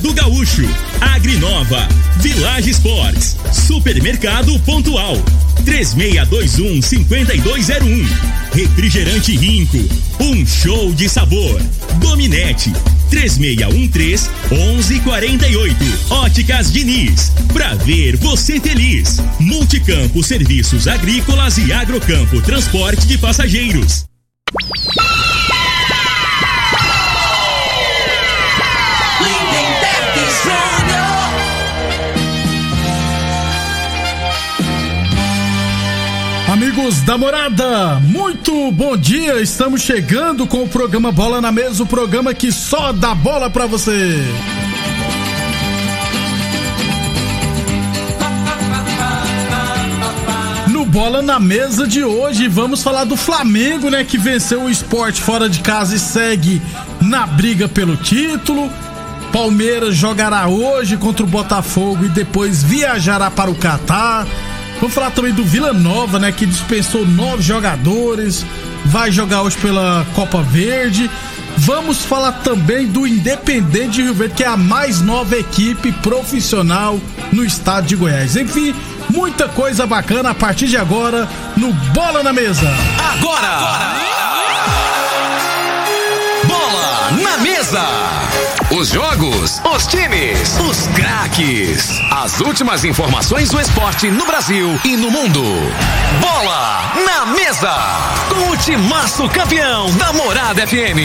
do Gaúcho, Agrinova, Village Sports, Supermercado Pontual, 3621-5201, Refrigerante Rinco, um show de sabor, Dominete, 3613-1148, Óticas Diniz, pra ver você feliz, Multicampo Serviços Agrícolas e Agrocampo Transporte de Passageiros. Amigos da Morada, muito bom dia, estamos chegando com o programa Bola na Mesa, o programa que só dá bola pra você. No Bola na Mesa de hoje vamos falar do Flamengo, né, que venceu o Sport fora de casa e segue na briga pelo título. Palmeiras jogará hoje contra o Botafogo e depois viajará para o Catar. Vamos falar também do Vila Nova, né, que dispensou 9 jogadores, vai jogar hoje pela Copa Verde. Vamos falar também do Independente de Rio Verde, que é a mais nova equipe profissional no estado de Goiás. Enfim, muita coisa bacana a partir de agora no Bola na Mesa. Agora! Bola na Mesa! Os jogos, os times, os craques. As últimas informações do esporte no Brasil e no mundo. Bola na Mesa. Com o timaço campeão da Morada FM.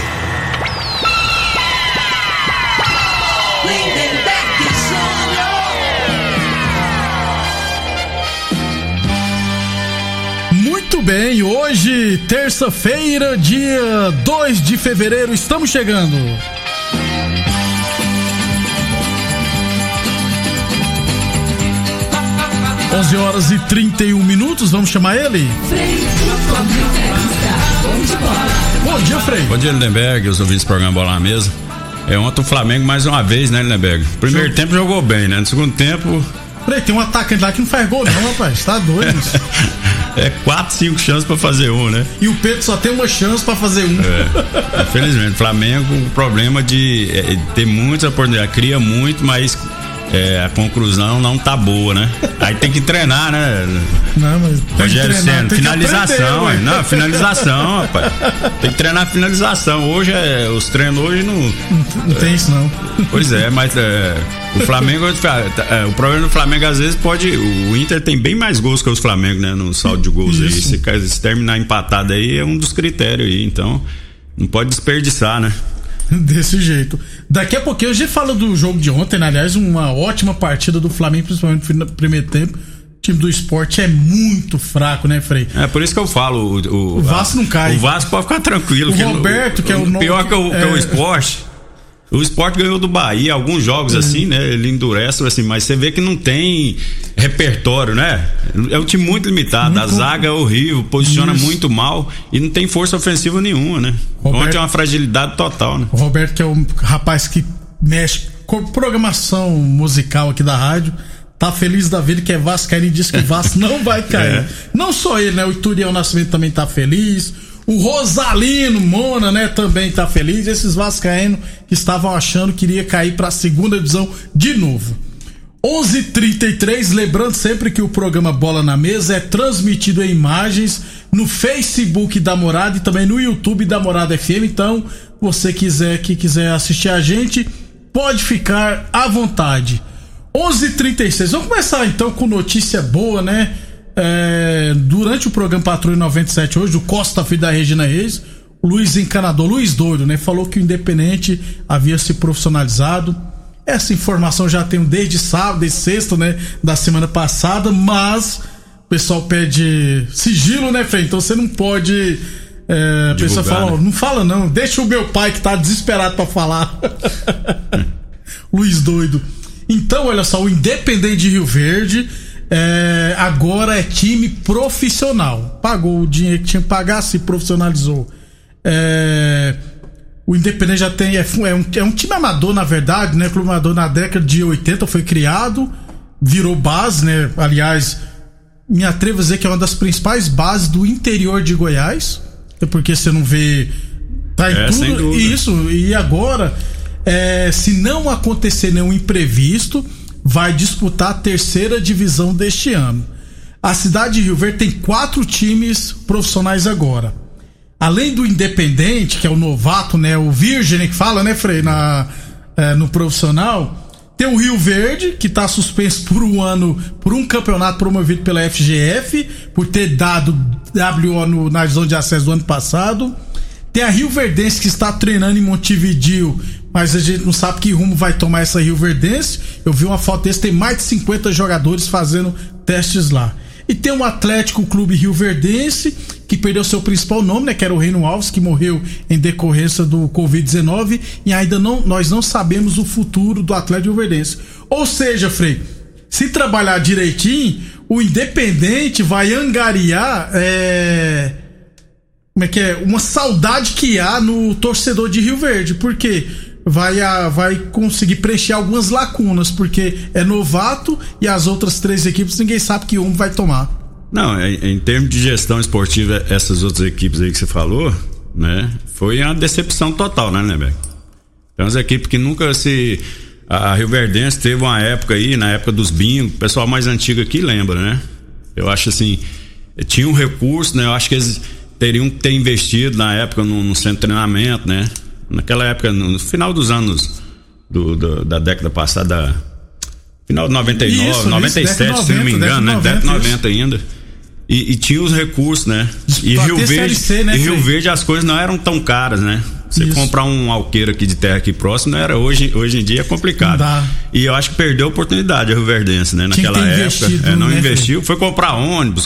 Muito bem, hoje, terça-feira, dia 2 de fevereiro, estamos chegando. 11h31, vamos chamar ele? Bom dia, Frei. Bom dia, Lindenberg, os ouvintes do programa Bola na Mesa. Ontem o Flamengo mais uma vez, né, Lindenberg? Primeiro tempo jogou bem, né? No segundo tempo... Frei, tem um atacante lá que não faz gol não, rapaz, tá doido isso. 4, 5 chances pra fazer um, né? E o Pedro só tem uma chance pra fazer um. Infelizmente, o Flamengo com o problema de ter muitas oportunidades, cria muito, mas a conclusão não tá boa, né? Aí tem que treinar, né? Não, mas Rogério Ceni, finalização, não, finalização, rapaz. Tem que treinar a finalização. Hoje os treinos hoje não tem isso não. Pois é, mas o Flamengo, o problema do Flamengo às vezes o Inter tem bem mais gols que os Flamengo, né? No saldo de gols aí. Se terminar empatado aí é um dos critérios aí, então não pode desperdiçar, né? Desse jeito. Daqui a pouquinho a gente fala do jogo de ontem, né? Aliás, uma ótima partida do Flamengo, principalmente no primeiro tempo. O time do Sport é muito fraco, né, Frei? É por isso que eu falo, o Vasco não cai. O Vasco pode ficar tranquilo. O Roberto, que é o pior que o Sport. O Sport ganhou do Bahia, alguns jogos assim, né? Ele endurece, assim, mas você vê que não tem repertório, né? É um time muito limitado, a zaga é horrível, posiciona muito mal e não tem força ofensiva nenhuma, né? Ontem é uma fragilidade total, né? O Roberto, que é um rapaz que mexe com programação musical aqui da rádio, tá feliz da vida, que é vascaíno e diz que o Vasco não vai cair. Não só ele, né? O Ituriel Nascimento também tá feliz. O Rosalino Mona, né, também tá feliz. Esses vascaínos que estavam achando que iria cair pra segunda divisão de novo. 11h33, lembrando sempre que o programa Bola na Mesa é transmitido em imagens no Facebook da Morada e também no YouTube da Morada FM. Então, você que quiser assistir a gente, pode ficar à vontade. 11h36, vamos começar então com notícia boa, né? Durante o programa Patrulha 97 hoje, o Costa Filho da Regina Reis, o Luiz Encanador, Luiz Doido, né? Falou que o Independente havia se profissionalizado. Essa informação já tenho desde sábado, desde sexta, né? Da semana passada, mas o pessoal pede sigilo, né, Frei? Então você não pode... a pessoa fala, né? Não fala não, deixa o meu pai que tá desesperado pra falar. Luiz Doido. Então, olha só, o Independente de Rio Verde agora é time profissional. Pagou o dinheiro que tinha que pagar, se profissionalizou. O Independente já tem. É um time amador, na verdade, né? Clube amador na década de 80 foi criado, virou base, né? Aliás, me atrevo a dizer que é uma das principais bases do interior de Goiás. Porque você não vê. Tá em tudo. Isso, e agora. se não acontecer nenhum imprevisto, vai disputar a terceira divisão deste ano. A cidade de Rio Verde tem 4 times profissionais agora. Além do Independente, que é o novato, né? O Virgem, que fala, né, Frei? No profissional. Tem o Rio Verde, que está suspenso por um ano, por um campeonato promovido pela FGF, por ter dado WO na divisão de acesso do ano passado. Tem a Rio Verdense, que está treinando em Montevidéu, mas a gente não sabe que rumo vai tomar essa Rio Verdense. Eu vi uma foto desse, tem mais de 50 jogadores fazendo testes lá. E tem o Atlético Clube Rio Verdense, que perdeu seu principal nome, né, que era o Reino Alves, que morreu em decorrência do Covid-19, e ainda nós não sabemos o futuro do Atlético Rio Verdense. Ou seja, Frei, se trabalhar direitinho, o Independente vai angariar uma saudade que há no torcedor de Rio Verde, porque vai conseguir preencher algumas lacunas, porque é novato e as outras 3 equipes ninguém sabe que rumo vai tomar. Não, em termos de gestão esportiva, essas outras equipes aí que você falou, né, foi uma decepção total, né, Beck? Tem umas equipes que nunca se... A Rio Verdense teve uma época aí, na época dos bingos, o pessoal mais antigo aqui lembra, né? Eu acho assim, tinha um recurso, né? Eu acho que eles teriam que ter investido na época no centro de treinamento, né? Naquela época, no final dos anos da década passada, final de 99, 97, 90, se não me engano, né? Década 90 ainda. E tinha os recursos, né? E Rio Verde, CLC, né, Rio Verde as coisas não eram tão caras, né? Você comprar um alqueiro aqui de terra aqui próximo, não era hoje em dia é complicado. E eu acho que perdeu a oportunidade a Rio Verdense, né? Naquela época, não investiu, foi comprar ônibus,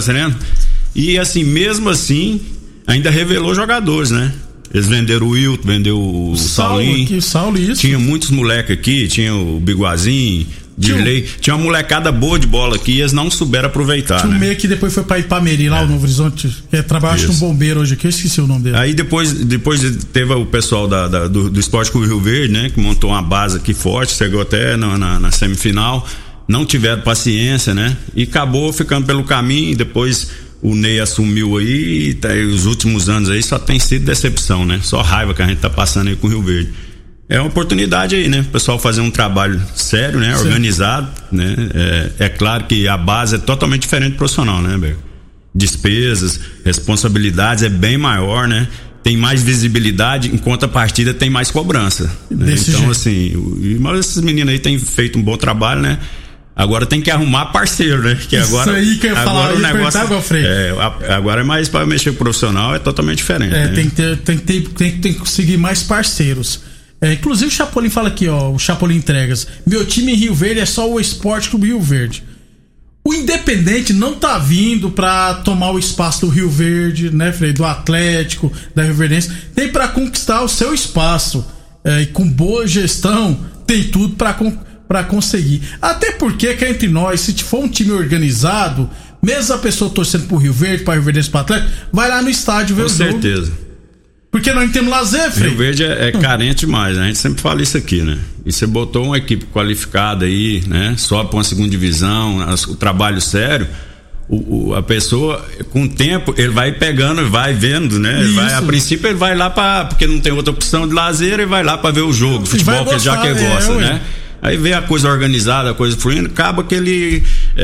e assim, mesmo assim, ainda revelou jogadores, né? Eles venderam o Wilton, vendeu o Saulinho. Tinha muitos moleques aqui, tinha o Biguazinho, Dirley. Tinha uma molecada boa de bola aqui e eles não souberam aproveitar. Tinha um meio que depois foi pra Ipameri, lá o Novo Horizonte, que trabalha com um bombeiro hoje aqui, eu esqueci o nome dele. Aí depois teve o pessoal do Esporte Clube Rio Verde, né? Que montou uma base aqui forte, chegou até na semifinal. Não tiveram paciência, né? E acabou ficando pelo caminho. Depois o Ney assumiu aí e os últimos anos aí só tem sido decepção, né? Só raiva que a gente tá passando aí com o Rio Verde. É uma oportunidade aí, né? O pessoal fazer um trabalho sério, né? Sim. Organizado, né? É claro que a base é totalmente diferente do profissional, né, Berg? Despesas, responsabilidades é bem maior, né? Tem mais visibilidade, enquanto a partida tem mais cobrança, né? Então, jeito. Assim, mas esses meninos aí têm feito um bom trabalho, né? Agora tem que arrumar parceiro, né? Que agora, isso aí que eu ia falar, o negócio agora é mais para mexer com o profissional, é totalmente diferente. Né? Tem que conseguir mais parceiros. Inclusive o Chapolin fala aqui, ó, o Chapolin Entregas. Meu time em Rio Verde é só o Esporte Clube Rio Verde. O Independente não tá vindo pra tomar o espaço do Rio Verde, né, Frei? Do Atlético, da Rio Verdense. Tem pra conquistar o seu espaço. E com boa gestão, tem tudo pra conseguir. Até porque, que entre nós, se for um time organizado, mesmo a pessoa torcendo pro Rio Verde, pra Rio Verdense, pro Atlético, vai lá no estádio ver o jogo. Com certeza. Porque nós não temos lazer, Frei. Rio Verde é carente demais, né? A gente sempre fala isso aqui, né? E você botou uma equipe qualificada aí, né? Sobe pra uma segunda divisão, o trabalho sério, a pessoa, com o tempo, ele vai pegando, vai vendo, né? A princípio ele vai lá porque não tem outra opção de lazer, ele vai lá pra ver o jogo, futebol que ele já gosta, né? Aí vê a coisa organizada, a coisa fluindo, acaba que ele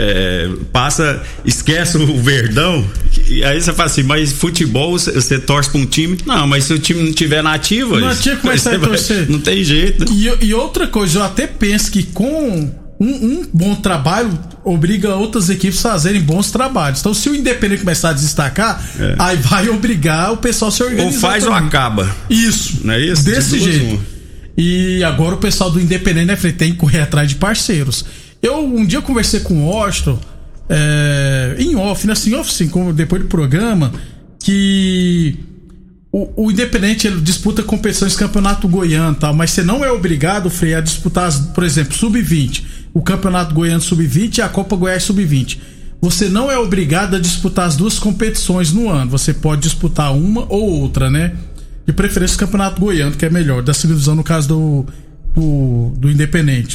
esquece o Verdão, e aí você fala assim, mas futebol, você torce pra um time? Não, mas se o time não tiver na ativa, não tem jeito. E outra coisa, eu até penso que com um bom trabalho obriga outras equipes a fazerem bons trabalhos. Então, se o Independente começar a destacar, aí vai obrigar o pessoal a se organizar. Ou faz também. Ou acaba. Isso. Não é isso? Desse jeito. E agora o pessoal do Independente, né, Frei, tem que correr atrás de parceiros. Um dia eu conversei com o Washington, em off, né, assim, depois do programa, que o Independente ele disputa competições campeonato goiano, tal, mas você não é obrigado, Frei, a disputar, por exemplo, sub-20, o campeonato goiano sub-20 e a Copa Goiás sub-20. Você não é obrigado a disputar as duas competições no ano. Você pode disputar uma ou outra, né? De preferência o campeonato goiano, que é melhor, da segunda divisão no caso do Independente.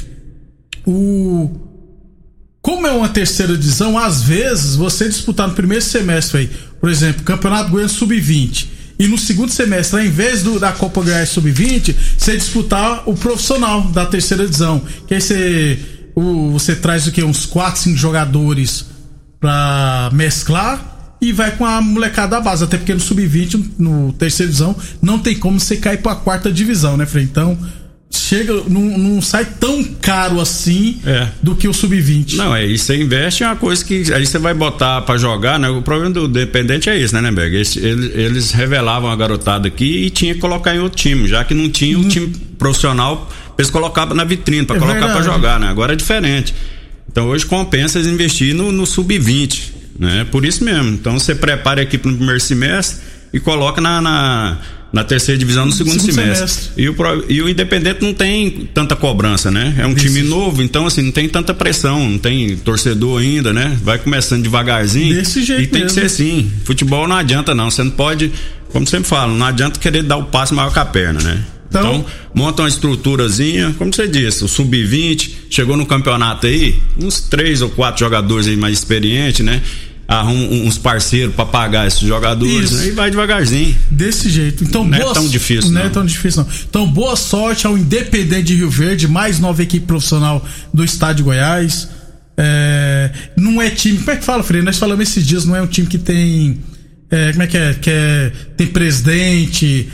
Como é uma terceira divisão, às vezes você disputar no primeiro semestre aí, por exemplo, campeonato goiano sub-20 E no segundo semestre, ao invés da Copa Goiás Sub-20, você disputar o profissional da terceira divisão. Que aí você traz o quê? Uns 4, 5 jogadores pra mesclar e vai com a molecada da base. Até porque no Sub-20, no terceira divisão, não tem como você cair pra quarta divisão, né, Frei? Então, não sai tão caro assim do que o Sub-20. Não, isso você investe em uma coisa que aí você vai botar pra jogar, né? O problema do Independente é isso, né, Berg? Eles revelavam a garotada aqui e tinha que colocar em outro time, já que não tinha um time profissional pra eles colocar na vitrine, pra colocar verdade. Pra jogar, né? Agora é diferente. Então hoje compensa eles investir no Sub-20, né? Por isso mesmo. Então você prepara a equipe no primeiro semestre e coloca na terceira divisão no segundo semestre. E o Independente não tem tanta cobrança, né? É um time novo, então assim, não tem tanta pressão, não tem torcedor ainda, né? Vai começando devagarzinho. Desse jeito e tem mesmo. Que ser assim. Futebol não adianta não, você não pode, como sempre falo, não adianta querer dar o passo maior que a perna, né? Então, monta uma estruturazinha, como você disse, o Sub-20, chegou no campeonato aí, uns 3 ou 4 jogadores aí mais experientes, né? Arruma uns parceiros pra pagar esses jogadores, né? E vai devagarzinho. Desse jeito. Então, não é tão difícil, não. Não é tão difícil, não. Então, boa sorte ao Independente de Rio Verde, mais nova equipe profissional do estado de Goiás. Não é time, como é que fala, Freire? Nós falamos esses dias, não é um time que tem, como é que é? Tem presidente,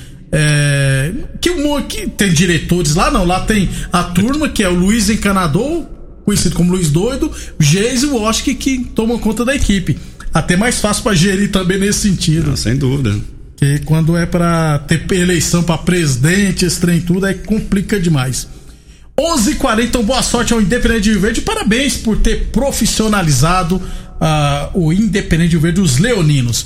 que tem diretores lá, não. Lá tem a turma que é o Luiz Encanador, conhecido como Luiz Doido, o Geis e o Oshk que tomam conta da equipe. Até mais fácil pra gerir também nesse sentido. Não, sem dúvida. Porque quando é pra ter eleição pra presidente, esse trem tudo, aí complica demais. 11h40, então boa sorte ao Independente de Rio Verde. Parabéns por ter profissionalizado o Independente de Rio Verde, os leoninos.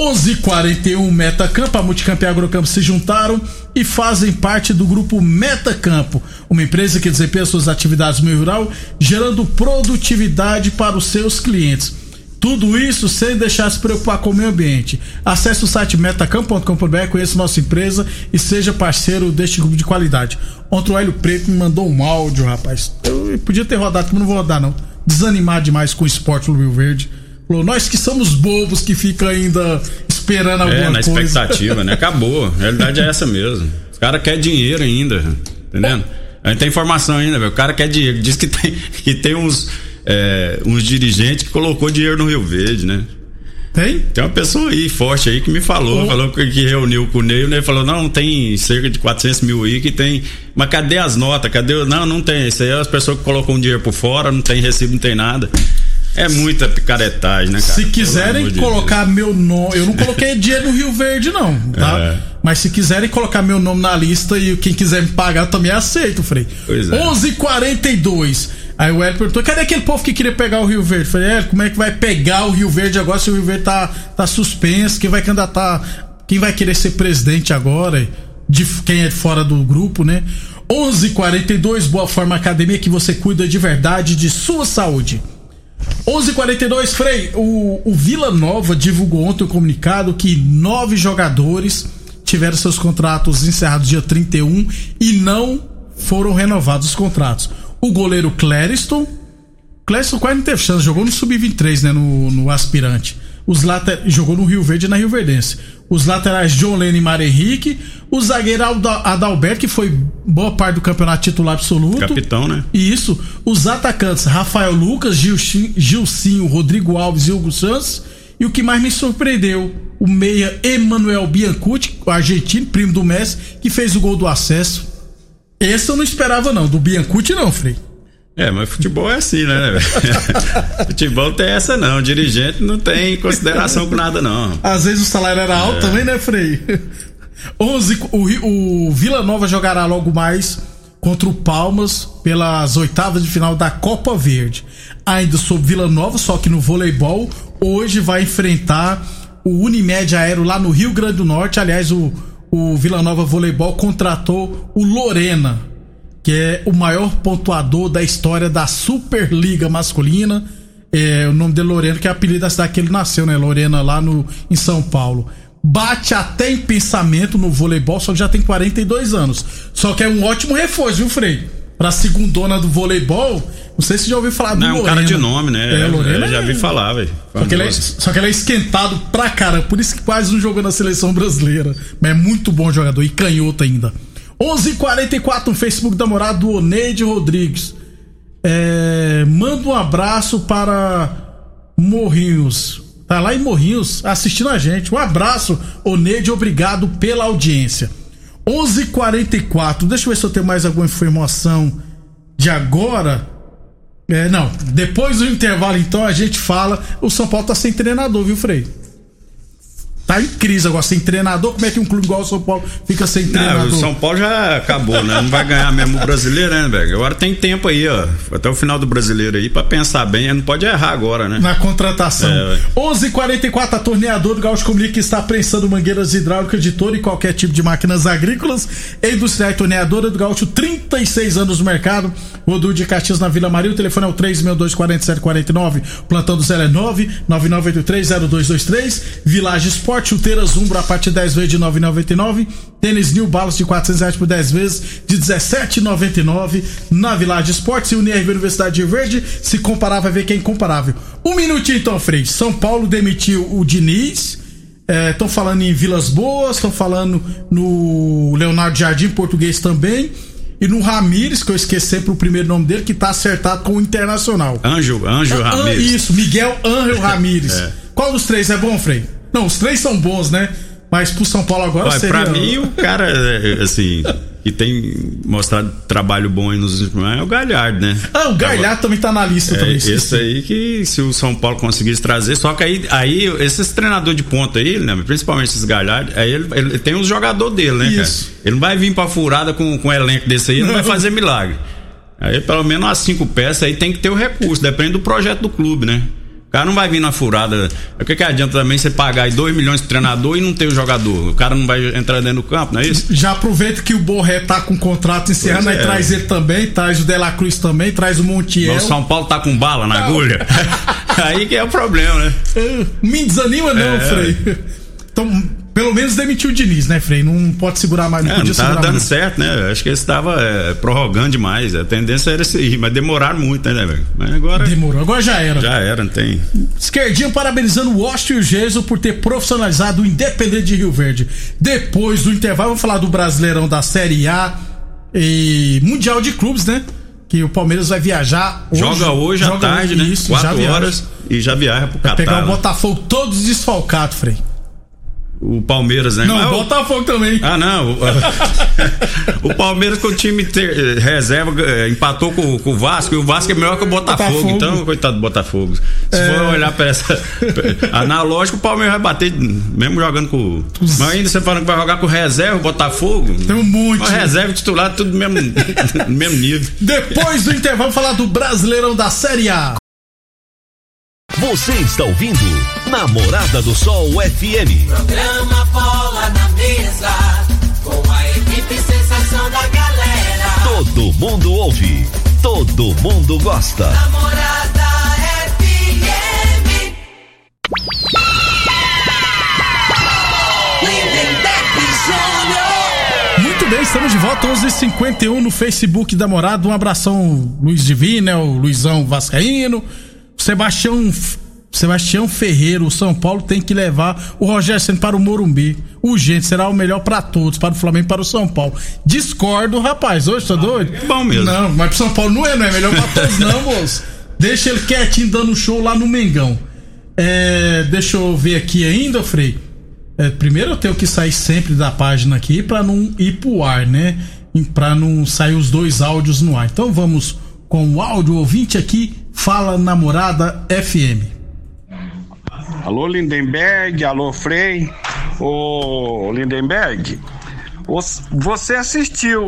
11h41, Metacampo, a Multicampo e a Agrocampo se juntaram e fazem parte do grupo Metacampo, uma empresa que desempenha suas atividades no meio rural, gerando produtividade para os seus clientes. Tudo isso sem deixar se preocupar com o meio ambiente. Acesse o site metacampo.com.br, conheça nossa empresa e seja parceiro deste grupo de qualidade. Ontem o Hélio Preto me mandou um áudio, rapaz. Eu podia ter rodado, mas não vou rodar, não. Desanimar demais com o esporte no Rio Verde. Falou, nós que somos bobos que ficam ainda esperando alguma na coisa. Na expectativa, né? Acabou. A realidade é essa mesmo. Os caras querem dinheiro ainda, entendendo? A gente tem informação ainda, velho. O cara quer dinheiro. Diz que tem uns dirigentes que colocou dinheiro no Rio Verde, né? Tem uma pessoa aí, forte aí, que me falou que reuniu com o Ney. O Ney falou, não, tem cerca de 400 mil aí que tem. Mas cadê as notas? Não tem. Isso aí é as pessoas que colocam dinheiro por fora, não tem recibo, não tem nada. É muita picaretagem, né, cara? Se quiserem colocar meu nome... Eu não coloquei dinheiro no Rio Verde, não, tá? Mas se quiserem colocar meu nome na lista e quem quiser me pagar, eu também aceito, Frei. Pois é. 11h42. Aí o Hélio perguntou, cadê aquele povo que queria pegar o Rio Verde? Eu falei, como é que vai pegar o Rio Verde agora se o Rio Verde tá suspenso? Quem vai candidatar? Quem vai querer ser presidente agora? Quem é de fora do grupo, né? 11h42, Boa Forma Academia, que você cuida de verdade de sua saúde. 11h42, Frei, o Vila Nova divulgou ontem um comunicado que 9 jogadores tiveram seus contratos encerrados dia 31 e não foram renovados os contratos. O goleiro Clériston quase não teve chance, jogou no Sub-23, né, no aspirante. Jogou no Rio Verde e na Rio Verdense. Os laterais John Lennon e Mário Henrique. O zagueiro Adalberto, que foi boa parte do campeonato titular absoluto. Capitão, né? Isso. Os atacantes Rafael Lucas, Gilcinho, Rodrigo Alves e Hugo Santos. E o que mais me surpreendeu, o meia Emanuel Biancucci, o argentino, primo do Messi, que fez o gol do acesso. Esse eu não esperava, não. Do Biancucci, não, Frei. Mas futebol é assim, né, velho? Futebol não tem essa, não. O dirigente não tem consideração com nada, não. Às vezes o salário era alto também, né, Frei? 11, o Vila Nova jogará logo mais contra o Palmas pelas oitavas de final da Copa Verde. Ainda sobre Vila Nova, só que no voleibol, hoje vai enfrentar o Unimed Aero lá no Rio Grande do Norte. Aliás, o Vila Nova Voleibol contratou o Lorena, que é o maior pontuador da história da Superliga masculina. O nome dele é Lorena, que é o apelido da cidade que ele nasceu, né? Lorena, lá em São Paulo. Bate até em pensamento no voleibol, só que já tem 42 anos. Só que é um ótimo reforço, viu, Frei? pra segundona do voleibol. Não sei se você já ouviu falar do Lorena. Não, é um cara de nome, né? Lorena já vi falar, velho. Só que ele é esquentado pra caramba. Por isso que quase não jogou na seleção brasileira. Mas é muito bom jogador e canhoto ainda. 11h44 no Facebook da Morada do Oneide Rodrigues. Manda um abraço para Morrinhos. Tá lá em Morrinhos assistindo a gente. Um abraço, Oneide, obrigado pela audiência. 11h44. Deixa eu ver se eu tenho mais alguma informação de agora. Não, depois do intervalo então a gente fala. O São Paulo tá sem treinador, viu, Frei? Tá em crise agora, sem treinador. Como é que um clube igual o São Paulo fica sem treinador? O São Paulo já acabou, né? Não vai ganhar mesmo o brasileiro, né, velho? Agora tem tempo aí, ó, até o final do brasileiro aí, pra pensar bem. Não pode errar agora, né? Na contratação. 11h44, a torneadora do Gaúcho comunica que está prensando mangueiras hidráulicas de todo e qualquer tipo de máquinas agrícolas e industriais. Torneadora do Gaúcho, 36 anos no mercado. Rodul de Caxias na Vila Maria. O telefone é o 362-4749. Plantão do 0 é 999830223. Village Sport, chuteiras Umbro a partir de 10 vezes de R$ 9,99. Tênis New Balance de R$400 por 10 vezes de R$ 17,99 na Village Sport. Se unir à Universidade de Verde, se comparar vai ver quem é incomparável. Um minutinho então, Frei. São Paulo demitiu o Diniz. Estão falando em Vilas Boas, estão falando no Leonardo Jardim, português também. E no Ramires, que eu esqueci sempre o primeiro nome dele, que tá acertado com o Internacional. Anjo Ramires. Isso, Miguel Ángel Ramires. Qual dos três é bom, Frei? Não, os três são bons, né? Mas pro São Paulo agora seria... Pra mim, o cara, assim, que tem mostrado trabalho bom aí nos últimos anos é o Galhardo, né? O Galhardo também tá na lista também. Esse aí que se o São Paulo conseguisse trazer, só que aí esses treinadores de ponta aí, né? Principalmente esses Galhardo, aí ele tem os jogadores dele, né, Isso. cara? Ele não vai vir pra furada com um elenco desse aí, ele não vai fazer milagre. Aí pelo menos umas 5 peças aí tem que ter o recurso, depende do projeto do clube, né? O cara não vai vir na furada. O que adianta também você pagar aí 2 milhões de treinador e não ter o jogador? O cara não vai entrar dentro do campo, não é isso? Já aproveita que o Borré tá com o contrato encerrando, aí traz ele também, traz o De La Cruz também, traz o Montiel. Mas o São Paulo tá com bala na agulha. Aí que é o problema, né? Me desanima não, Frei. Então, pelo menos demitiu o Diniz, né, Frei? Não pode segurar mais, não podia segurar mais. Não tava dando certo, né? Acho que eles estavam prorrogando demais. A tendência era isso aí, mas demoraram muito, né, velho? Mas agora... Demorou, agora já era. Já era, não tem... Esquerdinho parabenizando o Washington e o Gesso por ter profissionalizado o Independente de Rio Verde. Depois do intervalo, vamos falar do Brasileirão da Série A e Mundial de Clubes, né? Que o Palmeiras vai viajar hoje. Joga hoje à tarde, né? 4 horas e já viaja pro Catar. Vai pegar o Botafogo todos desfalcados, Frei. O Palmeiras, né? Não, o Botafogo também. Não. O Palmeiras com o time reserva empatou com o Vasco, e o Vasco é melhor que o Botafogo. Então, coitado do Botafogo. Se for olhar pra essa analógico, o Palmeiras vai bater, mesmo jogando com... Mas ainda você falando que vai jogar com reserva, o Botafogo. Tem um monte. O reserva titular, tudo no mesmo nível. Depois do intervalo, falar do Brasileirão da Série A. Você está ouvindo Namorada do Sol FM. Programa Bola na Mesa, com a equipe sensação da galera. Todo mundo ouve, todo mundo gosta. Namorada FM. Muito bem, estamos de volta, 11h51 no Facebook da Morada. Um abração, Luiz Divino, o Luizão Vascaíno. Sebastião Ferreira, o São Paulo tem que levar o Rogério Ceni para o Morumbi. Urgente, será o melhor para todos, para o Flamengo e para o São Paulo. Discordo, rapaz, hoje tá doido? É bom mesmo. Não, mas pro São Paulo não é melhor para todos não, moço. Deixa ele quietinho dando show lá no Mengão. Deixa eu ver aqui ainda, Frei. Primeiro eu tenho que sair sempre da página aqui para não ir pro ar, né? Para não sair os dois áudios no ar. Então vamos com o áudio ouvinte aqui. Fala Namorada FM. Alô Lindenberg, alô Frei. Ô Lindenberg, você assistiu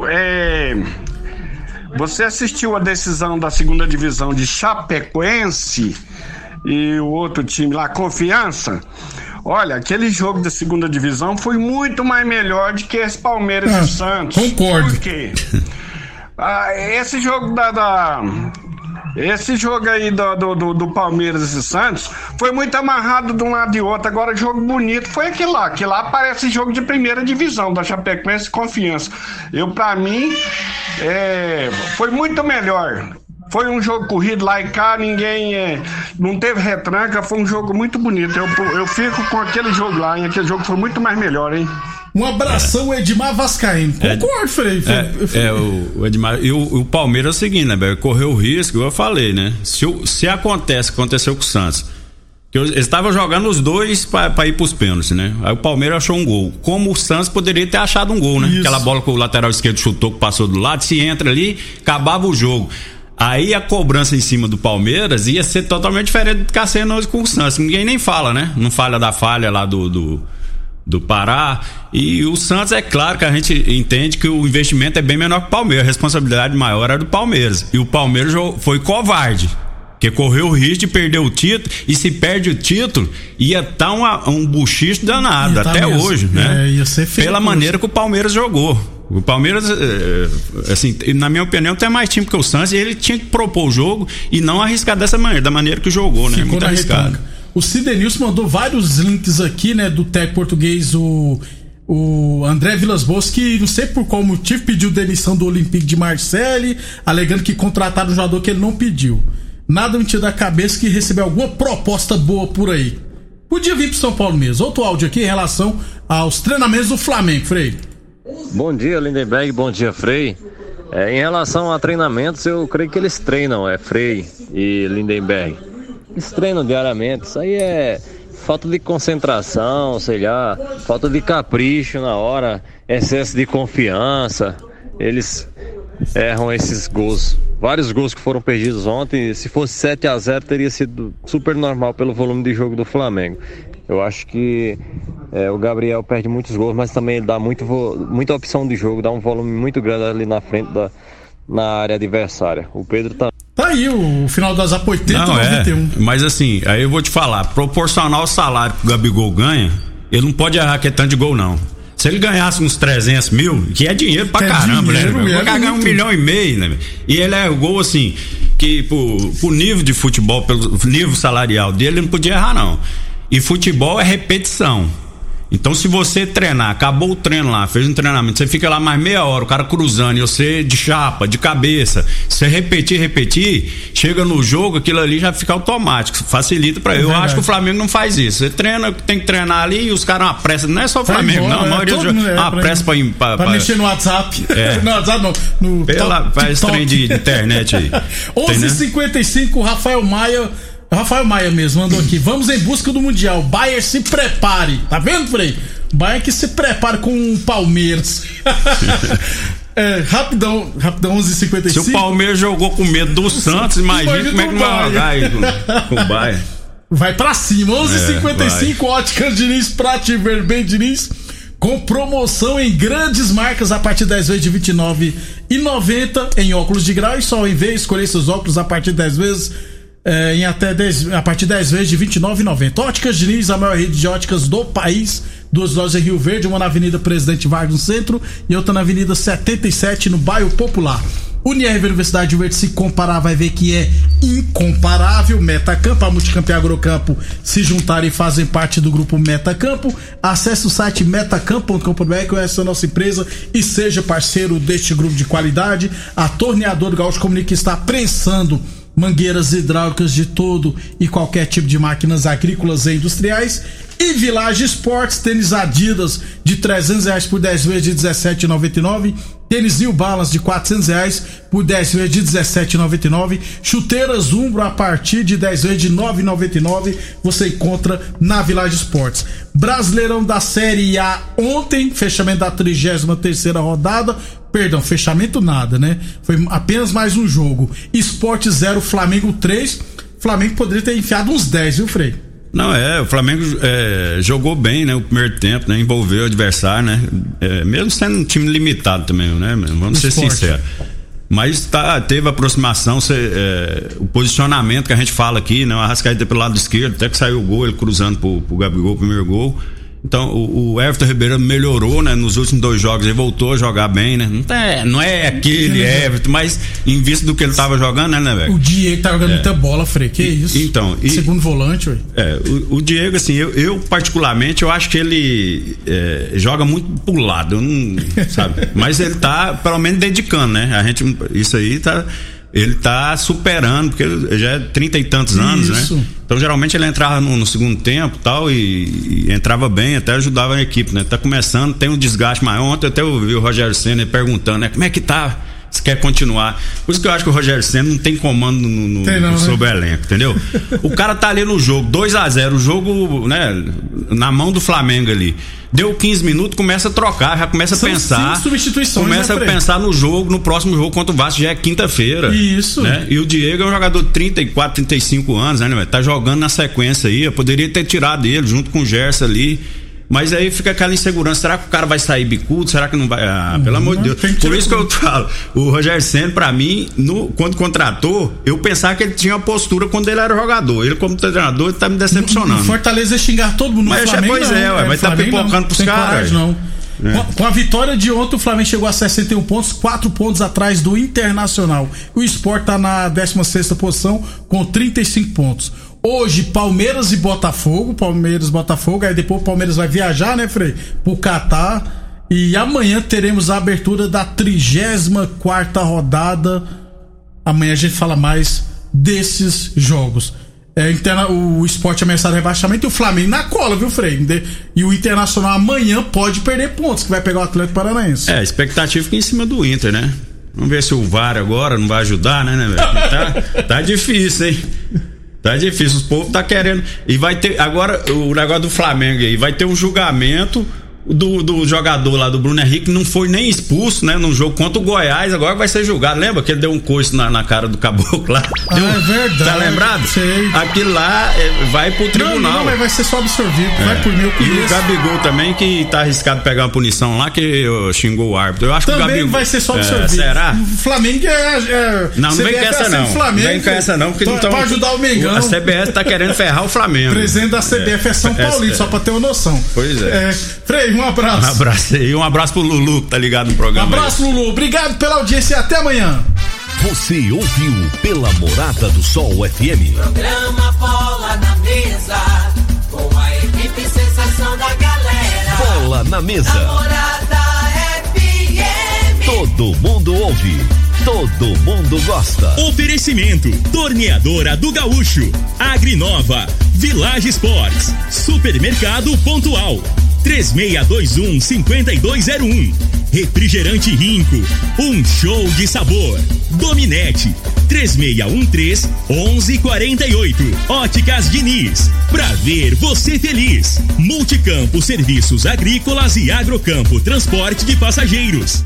a decisão da segunda divisão de Chapecoense e o outro time lá, Confiança? Olha, aquele jogo da segunda divisão foi muito mais melhor do que esse Palmeiras e Santos. Concordo. Por quê? Esse jogo Esse jogo aí do Palmeiras e Santos foi muito amarrado de um lado e outro. Agora, jogo bonito foi aquele lá. Aquele lá parece jogo de primeira divisão da Chapecoense e Confiança. Pra mim, foi muito melhor. Foi um jogo corrido lá e cá, ninguém não teve retranca, foi um jogo muito bonito. Eu fico com aquele jogo lá, hein? Aquele jogo foi muito mais melhor, hein? Um abração, Edmar Vascaíno. Concordo, Frei. O Edmar. E o Palmeiras é o seguinte, né, velho? Correu o risco, eu falei, né? Se aconteceu com o Santos, que eles estavam jogando os dois pra ir pros pênaltis, né? Aí o Palmeiras achou um gol. Como o Santos poderia ter achado um gol, né? Isso. Aquela bola que o lateral esquerdo chutou, que passou do lado, se entra ali, acabava o jogo. Aí a cobrança em cima do Palmeiras ia ser totalmente diferente do que está sendo hoje com o Santos. Ninguém nem fala, né? Não fala da falha lá do Pará. E o Santos, é claro que a gente entende que o investimento é bem menor que o Palmeiras. A responsabilidade maior era do Palmeiras. E o Palmeiras foi covarde, porque correu o risco de perder o título. E se perde o título, ia estar um buchicho danado até mesmo. Hoje, né? Ia ser feio. Pela maneira que o Palmeiras jogou. O Palmeiras, assim, na minha opinião, tem mais time que o Santos, e ele tinha que propor o jogo e não arriscar dessa maneira, da maneira que jogou, né? Muito arriscado. O Cidenilson mandou vários links aqui, né, do técnico português, o André Vilas-Boas, que não sei por qual motivo pediu demissão do Olympique de Marseille, alegando que contrataram um jogador que ele não pediu. Nada me tira da cabeça que recebeu alguma proposta boa por aí. Podia vir pro São Paulo mesmo. Outro áudio aqui em relação aos treinamentos do Flamengo, Frei. Bom dia, Lindenberg, bom dia, Frei. Em relação a treinamentos, eu creio que eles treinam, Frei e Lindenberg. Eles treinam diariamente, isso aí é falta de concentração, sei lá, falta de capricho na hora, excesso de confiança. Eles erram esses gols. Vários gols que foram perdidos ontem, se fosse 7-0 teria sido super normal pelo volume de jogo do Flamengo. Eu acho que o Gabriel perde muitos gols, mas também ele dá muita opção de jogo, dá um volume muito grande ali na frente na área adversária. O Pedro tá aí o final das 80-91. Mas assim, aí eu vou te falar, proporcional ao salário que o Gabigol ganha, ele não pode errar que é tanto de gol, não. Se ele ganhasse uns 300 mil, que é dinheiro pra caramba, dinheiro, né? Vai ganhar 1,5 milhão, né? E ele é o gol assim, que pro nível de futebol, pelo nível salarial dele, ele não podia errar, não. E futebol é repetição. Então, se você treinar, acabou o treino lá, fez um treinamento, você fica lá mais meia hora, o cara cruzando, e você de chapa, de cabeça, você repetir, chega no jogo, aquilo ali já fica automático, facilita pra ele. Eu acho que o Flamengo não faz isso. Você treina, tem que treinar ali e os caras uma pressa, não é só o Flamengo, embora, não, a maioria uma pressa pra mexer no WhatsApp. No WhatsApp não, no faz trem de internet aí. 11h55, o Rafael Maia mesmo mandou aqui. Vamos em busca do Mundial. Bayern se prepare. Tá vendo, Frei? Bayern que se prepare com o Palmeiras. Rapidão 11h55. Se o Palmeiras jogou com medo do Santos, imagina como é que vai jogar aí com o Bayern. Vai pra cima. 11h55, Óticas Diniz, Prate Verben Diniz, com promoção em grandes marcas a partir de 10 vezes de R$29,90 em óculos de grau e sol. Em vez de escolher seus óculos a partir de 10 vezes a partir de 10 vezes de R$29,90. Óticas Diniz, a maior rede de óticas do país. 2 lojas em Rio Verde, uma na Avenida Presidente Vargas no centro e outra na Avenida 77 no bairro Popular. Unirv Universidade de Verde, se comparar vai ver que é incomparável. Metacampo, a Multicampo e a Agrocampo se juntarem e fazem parte do grupo Metacampo. Acesse o site metacampo.com.br, conheça a nossa empresa e seja parceiro deste grupo de qualidade. A Torneadora Gaúcho comunica que está prensando mangueiras hidráulicas de todo e qualquer tipo de máquinas agrícolas e industriais. E Village Esportes, tênis Adidas de R$300 por 10 vezes de R$17,99. Tênis New Balance de R$400 por 10 vezes de R$17,99. Chuteiras Umbro a partir de 10 vezes de R$9,99. Você encontra na Village Esportes. Brasileirão da Série A ontem, fechamento da 33ª rodada. Perdão, fechamento nada, né? Foi apenas mais um jogo. Sport 0, Flamengo 3. Flamengo poderia ter enfiado uns 10, viu, Frei? Não, o Flamengo jogou bem, né, o primeiro tempo, né, envolveu o adversário, né, mesmo sendo um time limitado também, né, vamos ser sinceros. Mas teve aproximação, o posicionamento que a gente fala aqui, né, o Arrascaeta pelo lado esquerdo, até que saiu o gol, ele cruzando pro Gabigol, o primeiro gol. Então, o Everton Ribeiro melhorou, né? Nos últimos 2 jogos ele voltou a jogar bem, né? Não é aquele Everton, mas em vista do que ele tava jogando, né, velho? O Diego tá jogando muita bola, Frei, que isso? Então, segundo volante, ué. O Diego, assim, eu particularmente, eu acho que ele joga muito pro lado, eu não, sabe? Mas ele tá, pelo menos, dedicando, né? Isso aí tá... Ele tá superando, porque ele já é 30 e tantos anos, né? Então, geralmente, ele entrava no segundo tempo tal, e entrava bem, até ajudava a equipe, né? Tá começando, tem um desgaste maior. Ontem até eu vi o Rogério Ceni perguntando, né? Como é que tá? Se quer continuar. Por isso que eu acho que o Rogério Ceni não tem comando sobre o elenco, entendeu? O cara tá ali no jogo, 2-0, o jogo, né? Na mão do Flamengo ali. Deu 15 minutos, começa a trocar, já começa a pensar. 5 substituições, começa a pensar no jogo, no próximo jogo contra o Vasco, já é quinta-feira. Isso. Né? E o Diego é um jogador de 34, 35 anos, né? Tá jogando na sequência aí. Eu poderia ter tirado ele junto com o Gerson ali. Mas aí fica aquela insegurança, será que o cara vai sair bicudo? Será que não vai? Pelo amor de Deus. Por isso que eu falo, o Rogério Ceni, pra mim, quando contratou, eu pensava que ele tinha uma postura quando ele era jogador. Ele, como treinador, ele tá me decepcionando. No Fortaleza é xingar todo mundo. Mas Flamengo, pois é, vai estar pipocando pros caras. Não. Com a vitória de ontem, o Flamengo chegou a 61 pontos, 4 pontos atrás do Internacional. O Sport tá na 16ª posição com 35 pontos. Hoje, Palmeiras e Botafogo, aí depois o Palmeiras vai viajar, né, Frei? Pro Catar. E amanhã teremos a abertura da 34ª rodada. Amanhã a gente fala mais desses jogos. O Sport ameaçado de rebaixamento e o Flamengo na cola, viu, Frei? E o Internacional amanhã pode perder pontos, que vai pegar o Atlético Paranaense. A expectativa fica em cima do Inter, né? Vamos ver se o VAR agora não vai ajudar, né, velho? Tá difícil, hein? Tá difícil, o povo tá querendo. E vai ter, agora, o negócio do Flamengo aí, vai ter um julgamento do jogador lá, do Bruno Henrique, não foi nem expulso, né? No jogo contra o Goiás, agora vai ser julgado. Lembra que ele deu um coice na cara do caboclo lá? É verdade. Tá lembrado? Sei. Aquilo lá vai pro tribunal. Não, mas vai ser só absorvido. Vai por meu E o Gabigol também, que tá arriscado pegar uma punição lá, que xingou o árbitro. Eu acho também que o Gabigol vai ser só absorvido. Será? O Flamengo não vem com essa não. Flamengo, vem com essa não, porque então, pra ajudar o Mengão. A CBF tá querendo ferrar o Flamengo. O presidente da CBF é São Paulino, só pra ter uma noção. Pois é. Frei, um abraço. Um abraço aí, um abraço pro Lulu que tá ligado no programa. Um abraço, aí. Lulu. Obrigado pela audiência e até amanhã. Você ouviu pela Morada do Sol FM. Programa Bola na Mesa, com a equipe sensação da galera. Bola na Mesa. Morada FM. Todo mundo ouve, todo mundo gosta. Oferecimento: Torneadora do Gaúcho, Agrinova, Village Sports, Supermercado Pontual, 3621-5201. Refrigerante Rinco, um show de sabor. Dominete, 3613-1148. Óticas Diniz, pra ver você feliz. Multicampo Serviços Agrícolas e Agrocampo Transporte de Passageiros.